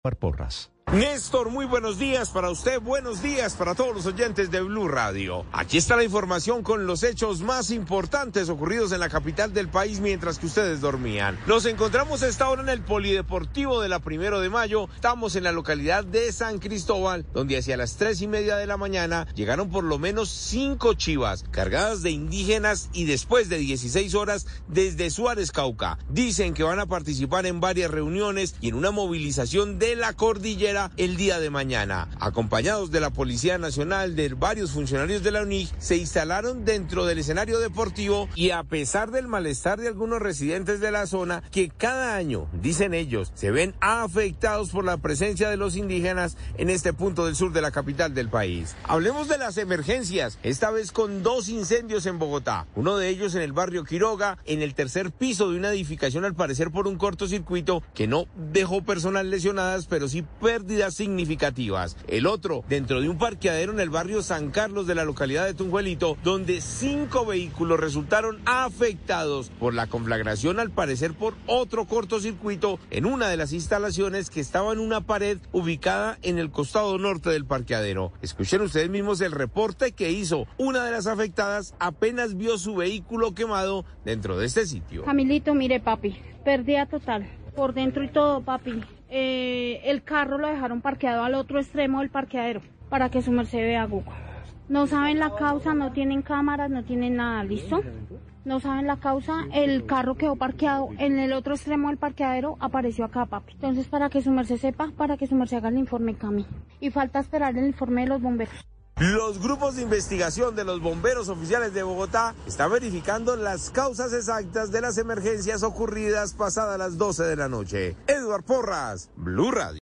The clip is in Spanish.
Porras. Néstor, muy buenos días para usted, buenos días para todos los oyentes de Blue Radio. Aquí está la información con los hechos más importantes ocurridos en la capital del país mientras que ustedes dormían. Nos encontramos a esta hora en el Polideportivo de la 1 de Mayo. Estamos en la localidad de San Cristóbal, donde hacia las 3:30 de la mañana llegaron por lo menos 5 chivas cargadas de indígenas y después de 16 horas desde Suárez, Cauca. Dicen que van a participar en varias reuniones y en una movilización de la cordillera el día de mañana. Acompañados de la Policía Nacional, de varios funcionarios de la UNIG, se instalaron dentro del escenario deportivo y a pesar del malestar de algunos residentes de la zona, que cada año, dicen ellos, se ven afectados por la presencia de los indígenas en este punto del sur de la capital del país. Hablemos de las emergencias, esta vez con 2 incendios en Bogotá, uno de ellos en el barrio Quiroga, en el tercer piso de una edificación al parecer por un cortocircuito que no dejó personas lesionadas, pero sí pérdidas significativas. El otro, dentro de un parqueadero en el barrio San Carlos de la localidad de Tunjuelito, donde 5 vehículos resultaron afectados por la conflagración, al parecer por otro cortocircuito en una de las instalaciones que estaba en una pared ubicada en el costado norte del parqueadero. Escuchen ustedes mismos el reporte que hizo una de las afectadas apenas vio su vehículo quemado dentro de este sitio. Camilito, mire papi, pérdida total, por dentro y todo papi. El carro lo dejaron parqueado al otro extremo del parqueadero para que su merced vea Google. No saben la causa, no tienen cámaras, no tienen nada, ¿listo? No saben la causa, el carro quedó parqueado en el otro extremo del parqueadero, apareció acá, papi. Entonces, para que su merced sepa, para que su merced haga el informe, Cami. Y falta esperar el informe de los bomberos. Los grupos de investigación de los bomberos oficiales de Bogotá están verificando las causas exactas de las emergencias ocurridas pasadas las 12 de la noche. Eduard Porras, Blue Radio.